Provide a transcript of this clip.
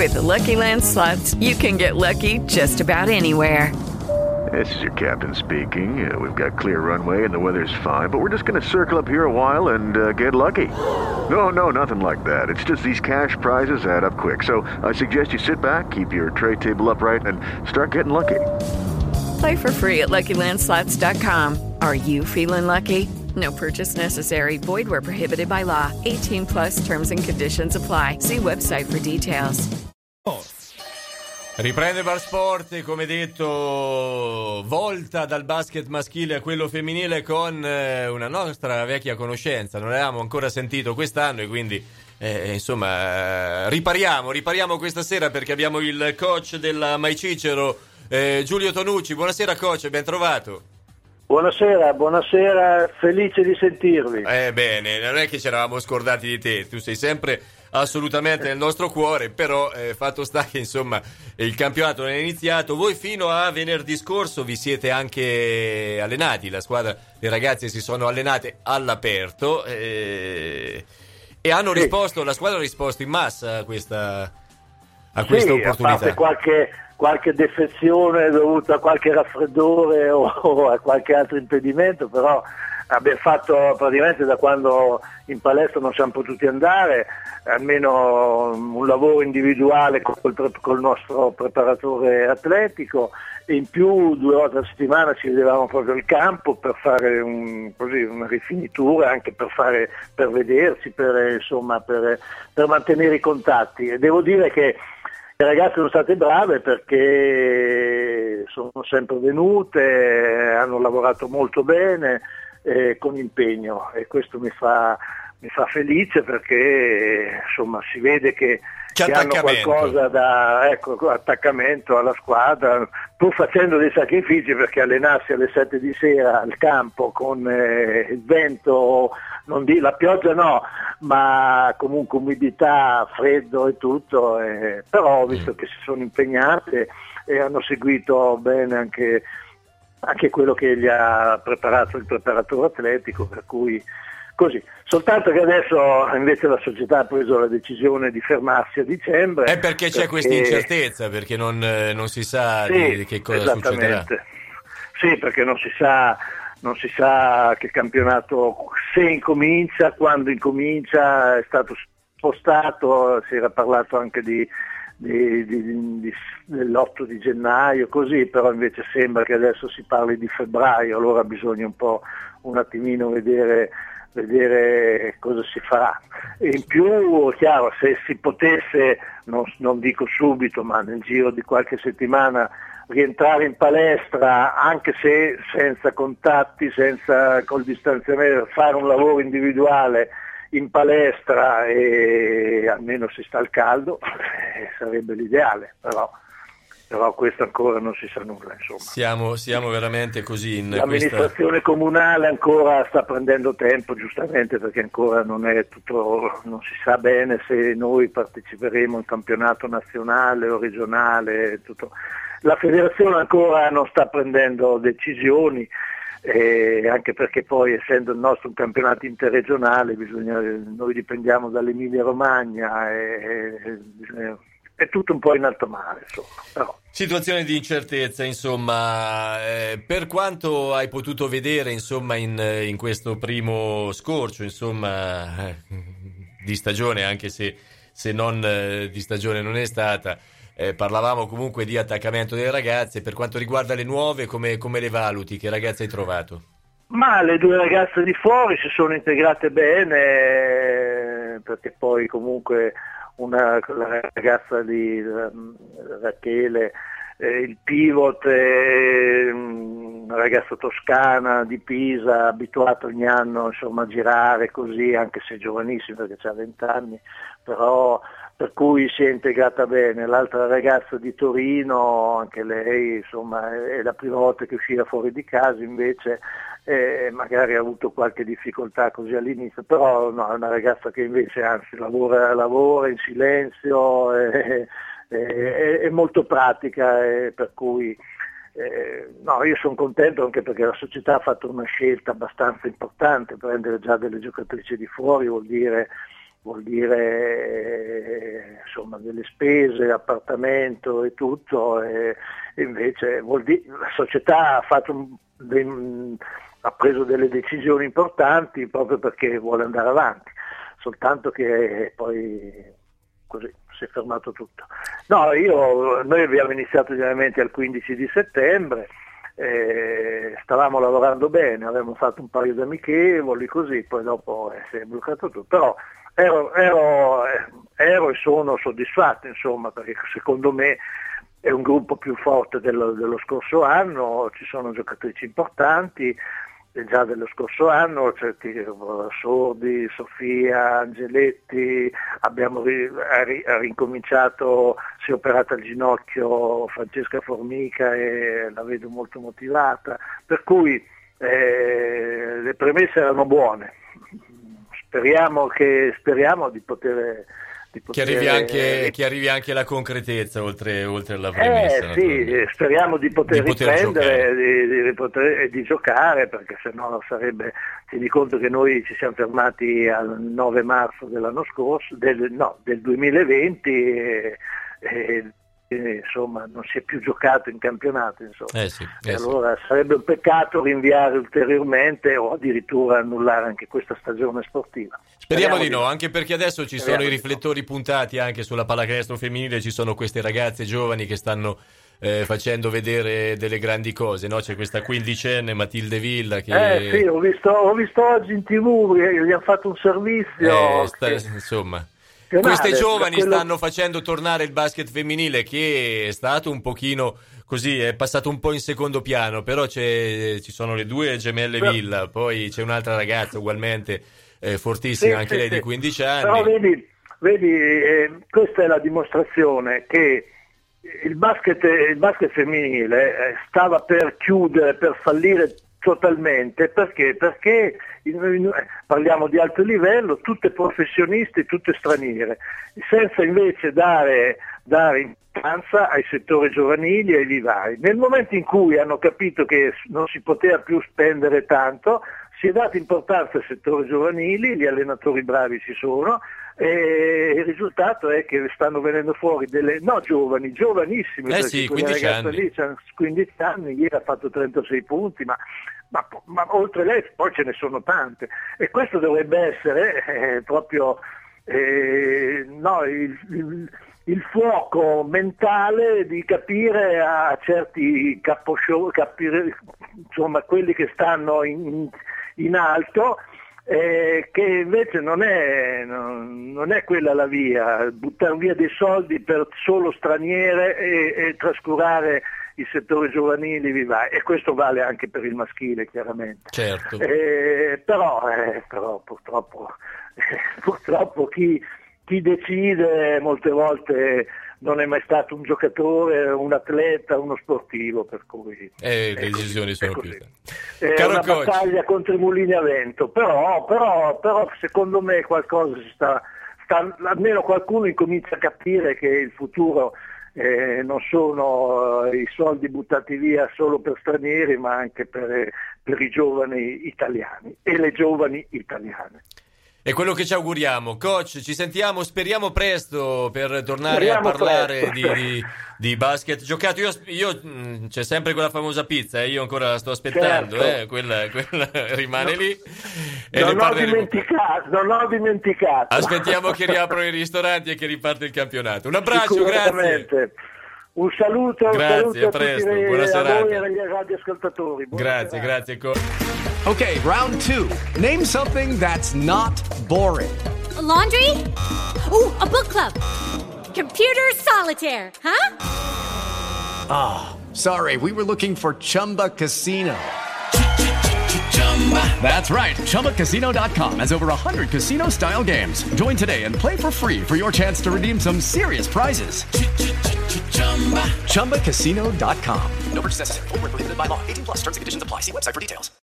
With the Lucky Land Slots, you can get lucky just about anywhere. This is your captain speaking. We've got clear runway and the weather's fine, but we're just going to circle up here a while and get lucky. No, nothing like that. It's just these cash prizes add up quick. So I suggest you sit back, keep your tray table upright, and start getting lucky. Play for free at LuckyLandSlots.com. Are you feeling lucky? No purchase necessary. Void where prohibited by law. 18 plus terms and conditions apply. See website for details. Riprende Bar Sport e, come detto, volta dal basket maschile a quello femminile con una nostra vecchia conoscenza. Non l'avevamo ancora sentito quest'anno e quindi insomma ripariamo questa sera, perché abbiamo il coach della Mai Cicero, Giulio Tonucci. Buonasera coach, ben trovato. Buonasera, felice di sentirvi. Bene, non è che ci eravamo scordati di te, tu sei sempre assolutamente nel nostro cuore, però fatto sta che insomma il campionato non è iniziato. Voi fino a venerdì scorso vi siete anche allenati, la squadra, le ragazze si sono allenate all'aperto e hanno risposto, la squadra ha risposto in massa a questa opportunità. A parte qualche defezione dovuta a qualche raffreddore o a qualche altro impedimento, però abbiamo fatto praticamente da quando in palestra non siamo potuti andare, almeno un lavoro individuale col nostro preparatore atletico, e in più 2 volte a settimana ci vedevamo proprio al campo per fare una rifinitura, anche per vedersi, per mantenere i contatti. E devo dire che le ragazze sono state brave, perché sono sempre venute, hanno lavorato molto bene, con impegno, e questo mi fa felice, perché insomma si vede che hanno qualcosa attaccamento alla squadra, pur facendo dei sacrifici, perché allenarsi alle 7 di sera al campo con il vento, la pioggia no, ma comunque umidità, freddo e tutto, però ho visto che si sono impegnate e hanno seguito bene anche quello che gli ha preparato il preparatore atletico, per cui così. Soltanto che adesso invece la società ha preso la decisione di fermarsi a dicembre. È perché c'è questa incertezza, perché non si sa di che cosa succederà. Sì, perché non si sa che campionato, se incomincia, quando incomincia, è stato spostato, si era parlato anche dell'8 di gennaio, così, però invece sembra che adesso si parli di febbraio, allora bisogna un attimino vedere cosa si farà. E in più, chiaro, se si potesse, non dico subito, ma nel giro di qualche settimana, rientrare in palestra, anche se senza contatti, col distanziamento, fare un lavoro individuale in palestra e almeno si sta al caldo, sarebbe l'ideale, però questo ancora non si sa nulla, insomma. Siamo veramente così in l'amministrazione comunale ancora sta prendendo tempo, giustamente, perché ancora non è tutto, non si sa bene se noi parteciperemo al campionato nazionale o regionale, tutto. La federazione ancora non sta prendendo decisioni, anche perché poi, essendo il nostro un campionato interregionale, noi dipendiamo dall'Emilia Romagna, è tutto un po' in alto mare, insomma. Però. Situazione di incertezza, insomma. Per quanto hai potuto vedere, insomma, in questo primo scorcio, insomma, di stagione, anche se non di stagione non è stata, parlavamo comunque di attaccamento delle ragazze. Per quanto riguarda le nuove, come le valuti? Che ragazze hai trovato? Ma le 2 ragazze di fuori si sono integrate bene, perché poi comunque la ragazza di Rachele, il pivot, una ragazza toscana di Pisa, abituata ogni anno, insomma, a girare così, anche se giovanissima, perché ha 20 anni, però per cui si è integrata bene. L'altra ragazza di Torino, anche lei, insomma, è la prima volta che usciva fuori di casa, invece magari ha avuto qualche difficoltà così all'inizio, però no, è una ragazza che invece anzi lavora in silenzio, è molto pratica, per cui no, io sono contento, anche perché la società ha fatto una scelta abbastanza importante. Prendere già delle giocatrici di fuori vuol dire vuol dire insomma delle spese, appartamento e tutto, e invece vuol dire la società ha fatto ha preso delle decisioni importanti proprio perché vuole andare avanti, soltanto che poi così si è fermato tutto. Noi abbiamo iniziato generalmente al 15 di settembre, stavamo lavorando bene, avevamo fatto un paio di amichevoli così, poi dopo si è bloccato tutto, però ero e sono soddisfatto, insomma, perché secondo me è un gruppo più forte dello scorso anno, ci sono giocatrici importanti già dello scorso anno, Sordi, Sofia, Angeletti, abbiamo ricominciato, si è operata al ginocchio Francesca Formica e la vedo molto motivata, per cui le premesse erano buone, speriamo di poter... Che arrivi anche la concretezza oltre alla premessa. Sì, speriamo di poter riprendere, di giocare, perché sennò sarebbe, tieni conto che noi ci siamo fermati al 9 marzo dell'anno scorso, del 2020 insomma non si è più giocato in campionato, insomma. Allora sarebbe un peccato rinviare ulteriormente o addirittura annullare anche questa stagione sportiva. Speriamo di no, anche perché adesso ci sono i riflettori puntati anche sulla pallacanestro femminile, ci sono queste ragazze giovani che stanno facendo vedere delle grandi cose, no? C'è questa quindicenne Matilde Villa che... sì, ho visto oggi in TV, gli hanno fatto un servizio insomma... Queste giovani stanno facendo tornare il basket femminile, che è stato un pochino così, è passato un po' in secondo piano, però ci sono le due gemelle Villa, poi c'è un'altra ragazza ugualmente fortissima, anche lei di 15 anni. Però vedi, questa è la dimostrazione che il basket femminile stava per chiudere, per fallire totalmente, perché parliamo di alto livello, tutte professioniste, tutte straniere, senza invece dare importanza ai settori giovanili e ai vivai. Nel momento in cui hanno capito che non si poteva più spendere tanto, si è data importanza ai settori giovanili, gli allenatori bravi ci sono, e il risultato è che stanno venendo fuori giovanissime, perché sì, quella 15 ragazza anni. lì c'ha 15 anni, ieri ha fatto 36 punti, ma oltre lei poi ce ne sono tante, e questo dovrebbe essere proprio il fuoco mentale di capire a certi capire insomma quelli che stanno in alto, che invece non è quella la via, buttare via dei soldi per solo straniere e trascurare i settori giovanili vivai, e questo vale anche per il maschile, chiaramente. Certo. Però purtroppo chi decide molte volte non è mai stato un giocatore, un atleta, uno sportivo, per cui le decisioni sono più. È una battaglia contro i mulini a vento, però secondo me qualcosa almeno qualcuno incomincia a capire che il futuro non sono i soldi buttati via solo per stranieri, ma anche per i giovani italiani e le giovani italiane. È quello che ci auguriamo. Coach, ci sentiamo, speriamo presto per tornare a parlare di basket giocato. Io c'è sempre quella famosa pizza, io ancora la sto aspettando, certo. Quella rimane lì. E non ho dimenticato. Aspettiamo che riaprono i ristoranti e che riparte il campionato. Un abbraccio, grazie. Un saluto, grazie, a presto, buona serata. A voi e agli radioascoltatori. Grazie. Okay, round 2. Name something that's not boring. A laundry? Ooh, a book club. Computer solitaire, huh? Ah, sorry, we were looking for Chumba Casino. That's right, ChumbaCasino.com has over 100 casino-style games. Join today and play for free for your chance to redeem some serious prizes. ChumbaCasino.com. No purchase necessary. Void where prohibited by law. 18+ terms and conditions apply. See website for details.